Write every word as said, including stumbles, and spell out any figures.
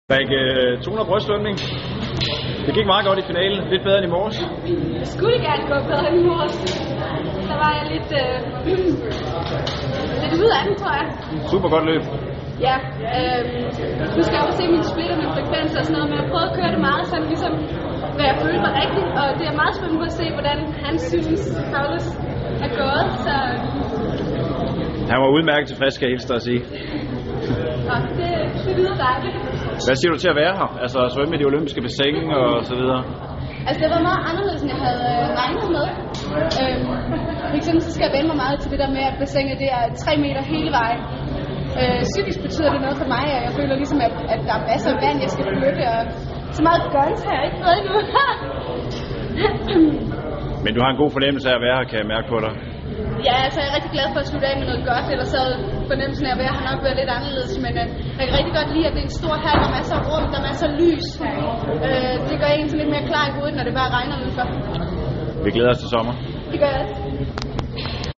Rikke, to hundrede brystsvømning. Det gik meget godt i finalen. Lidt bedre end i morges. Det skulle gerne gå bedre end i morges. Der var jeg lidt, øh, lidt ude af den, tror jeg. Super godt løb. Ja, øh, nu skal jeg også se mine splitter med frekvenser og sådan noget, men jeg prøvede at køre det meget sådan ligesom, hvad jeg følte var rigtigt. Og det er meget spændende på at se, hvordan han synes, Paulus er gået. Så Han var udmærket tilfreds, skal jeg hilse dig at sige. og det, det lyder dejligt. Hvad siger du til at være her? Altså at svømme i de olympiske bassin og så videre? Altså det var meget anderledes, end jeg havde øh, regnet med. Øhm, for eksempel så skal jeg vende mig meget til det der med, at bassinet det er tre meter hele vejen. Øh, psykisk betyder det noget for mig, og jeg føler ligesom, at, at der er masser af vand, jeg skal flytte, og så meget guns har jeg ikke fået endnu. Men du har en god fornemmelse af at være her, kan jeg mærke på dig. Ja, altså jeg er rigtig glad for at slutte af med noget godt, ellers så fornemmelsen af at være her nok været lidt anderledes, men øh, jeg kan rigtig godt lide, at det er en stor hal, der er masser af rum, der er masser af lys. Øh, det gør en sådan lidt mere klar i hovedet, når det bare regner udenfor. Vi glæder os til sommer. Det gør jeg også.